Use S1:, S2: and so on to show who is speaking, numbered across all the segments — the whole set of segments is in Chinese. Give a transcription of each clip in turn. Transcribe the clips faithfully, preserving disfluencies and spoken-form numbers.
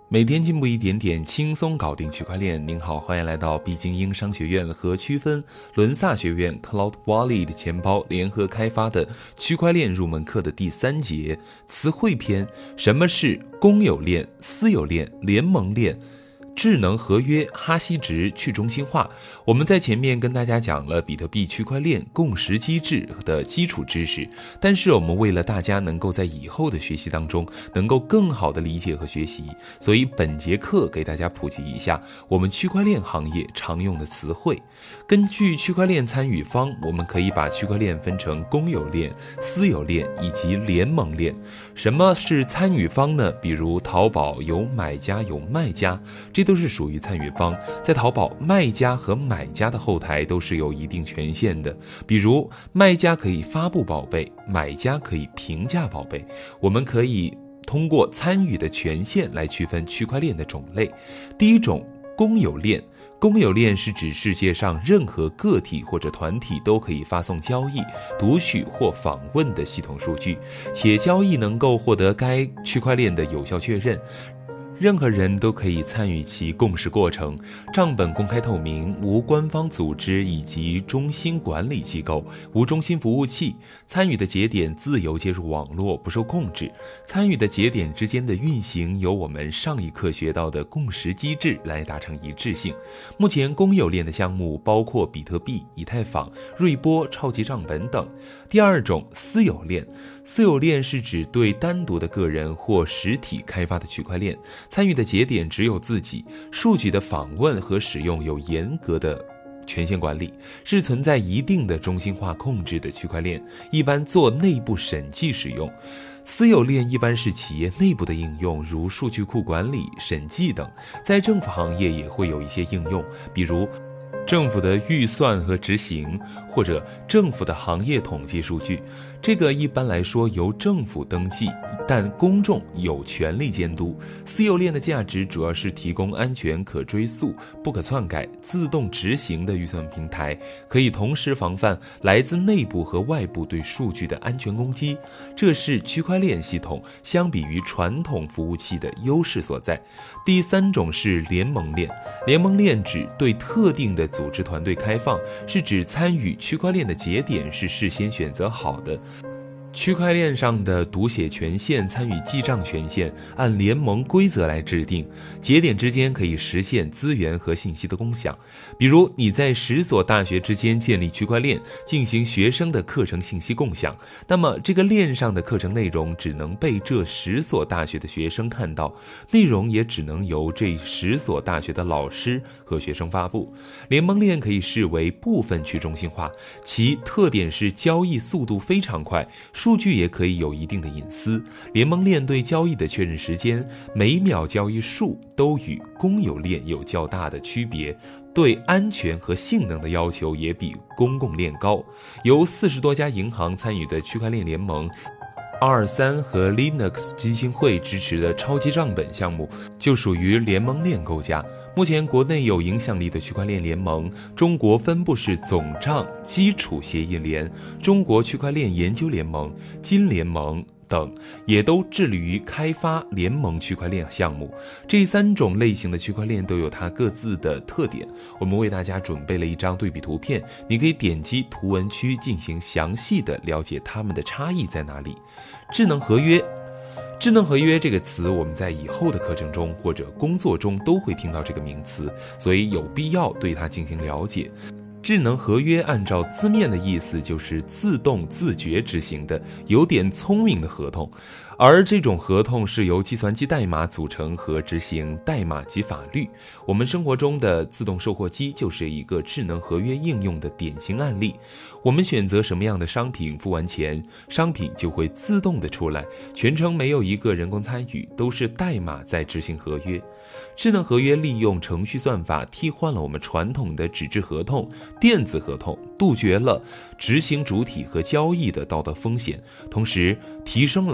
S1: 每天进步一点点，轻松搞定区块链。您好，欢迎来到毕精英商学院和区分伦萨学院 Cloud Wallet 钱包联合开发的区块链入门课的第三节词汇篇。什么是公有链、私有链、联盟链、智能合约、哈希值、去中心化？我们在前面跟大家讲了比特币区块链共识机制的基础知识，但是我们为了大家能够在以后的学习当中能够更好的理解和学习，所以本节课给大家普及一下我们区块链行业常用的词汇。根据区块链参与方，我们可以把区块链分成公有链、私有链以及联盟链。什么是参与方呢？比如淘宝有买家有卖家，这都是属于参与方。在淘宝，卖家和买家的后台都是有一定权限的，比如卖家可以发布宝贝，买家可以评价宝贝。我们可以通过参与的权限来区分区块链的种类。第一种，公有链。公有链是指世界上任何个体或者团体都可以发送交易、读取或访问的系统数据，且交易能够获得该区块链的有效确认。任何人都可以参与其共识过程，账本公开透明，无官方组织以及中心管理机构，无中心服务器，参与的节点自由接入网络，不受控制。参与的节点之间的运行由我们上一课学到的共识机制来达成一致性。目前公有链的项目包括比特币、以太坊、瑞波、超级账本等。第二种，私有链。私有链是指对单独的个人或实体开发的区块链，参与的节点只有自己，数据的访问和使用有严格的权限管理，是存在一定的中心化控制的区块链，一般做内部审计使用。私有链一般是企业内部的应用，如数据库管理、审计等，在政府行业也会有一些应用，比如政府的预算和执行，或者政府的行业统计数据。这个一般来说由政府登记，但公众有权利监督。私有链的价值主要是提供安全、可追溯、不可篡改、自动执行的预算平台，可以同时防范来自内部和外部对数据的安全攻击。这是区块链系统相比于传统服务器的优势所在。第三种是联盟链。联盟链指对特定的组织团队开放，是指参与区块链的节点是事先选择好的。区块链上的读写权限、参与记账权限按联盟规则来制定，节点之间可以实现资源和信息的共享。比如你在十所大学之间建立区块链，进行学生的课程信息共享，那么这个链上的课程内容只能被这十所大学的学生看到，内容也只能由这十所大学的老师和学生发布。联盟链可以视为部分去中心化，其特点是交易速度非常快，数据也可以有一定的隐私。联盟链对交易的确认时间、每秒交易数都与公有链有较大的区别，对安全和性能的要求也比公共链高。由四十多家银行参与的区块链联盟二三和 Linux 基金会支持的超级账本项目就属于联盟链构架。目前国内有影响力的区块链联盟，中国分部是总账基础协议联、中国区块链研究联盟、金联盟等，也都致力于开发联盟区块链项目。这三种类型的区块链都有它各自的特点，我们为大家准备了一张对比图片，你可以点击图文区进行详细的了解它们的差异在哪里。智能合约。智能合约这个词，我们在以后的课程中或者工作中都会听到这个名词，所以有必要对它进行了解。智能合约按照字面的意思就是自动自觉执行的，有点聪明的合同。而这种合同是由计算机代码组成和执行代码及法律。我们生活中的自动售货机就是一个智能合约应用的典型案例。我们选择什么样的商品，付完钱，商品就会自动的出来，全程没有一个人工参与，都是代码在执行合约。智能合约利用程序算法替换了我们传统的纸质合同、电子合同，杜绝了执行主体和交易的道德风险，同时提升了法律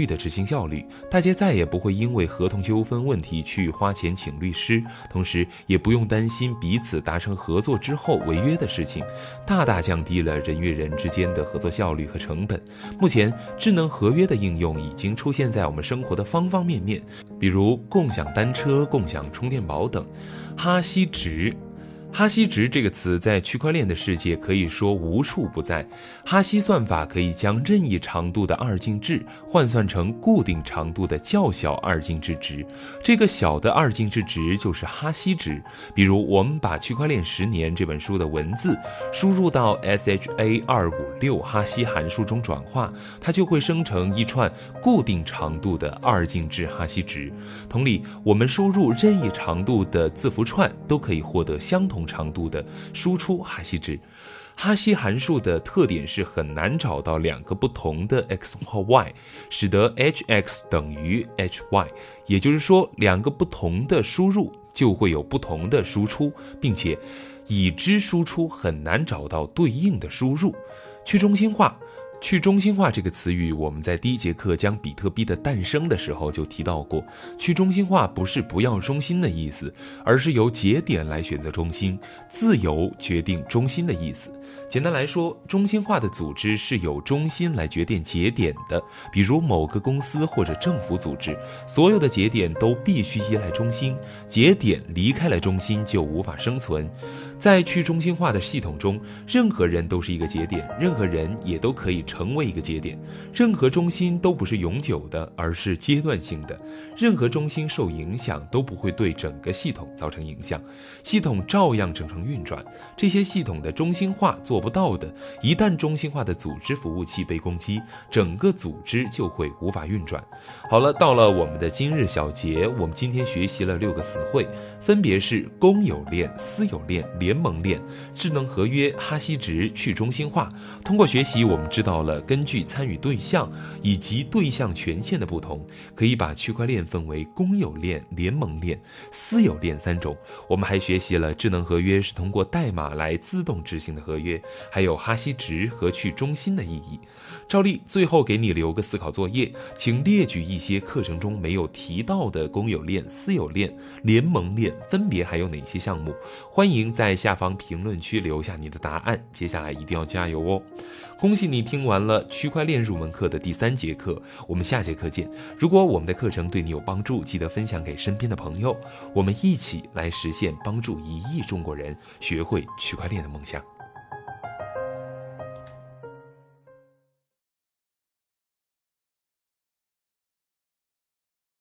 S1: 律的执行效率，大家再也不会因为合同纠纷问题去花钱请律师，同时也不用担心彼此达成合作之后违约的事情，大大降低了人与人之间的合作效率和成本。目前，智能合约的应用已经出现在我们生活的方方面面，比如共享单车、共享充电宝等。哈希值哈希值这个词在区块链的世界可以说无处不在。哈希算法可以将任意长度的二进制换算成固定长度的较小二进制值，这个小的二进制值就是哈希值。比如我们把《区块链十年》这本书的文字输入到 S H A 二五六 哈希函数中转化，它就会生成一串固定长度的二进制哈希值。同理，我们输入任意长度的字符串都可以获得相同长度的输出哈希值。哈希函数的特点是很难找到两个不同的 x 或 y， 使得 hx 等于 hy， 也就是说两个不同的输入就会有不同的输出，并且已知输出很难找到对应的输入。去中心化去中心化这个词语，我们在第一节课讲比特币的诞生的时候就提到过。去中心化不是不要中心的意思，而是由节点来选择中心，自由决定中心的意思。简单来说，中心化的组织是由中心来决定节点的，比如某个公司或者政府组织，所有的节点都必须依赖中心，节点离开了中心就无法生存。在去中心化的系统中，任何人都是一个节点，任何人也都可以成为一个节点，任何中心都不是永久的，而是阶段性的，任何中心受影响都不会对整个系统造成影响，系统照样正常运转。这些系统的中心化做不到的，一旦中心化的组织服务器被攻击，整个组织就会无法运转。好了，到了我们的今日小节，我们今天学习了六个词汇，分别是公有链、私有链、联盟链、智能合约、哈希值、去中心化。通过学习，我们知道了根据参与对象以及对象权限的不同，可以把区块链分为公有链、联盟链、私有链三种。我们还学习了智能合约是通过代码来自动执行的合约，还有哈希值和去中心的意义。照例最后给你留个思考作业，请列举一些课程中没有提到的公有链、私有链、联盟链分别还有哪些项目。欢迎在下方评论区留下你的答案，接下来一定要加油哦。恭喜你听完了区块链入门课的第三节课，我们下节课见。如果我们的课程对你有帮助，记得分享给身边的朋友，我们一起来实现帮助一亿中国人学会区块链的梦想。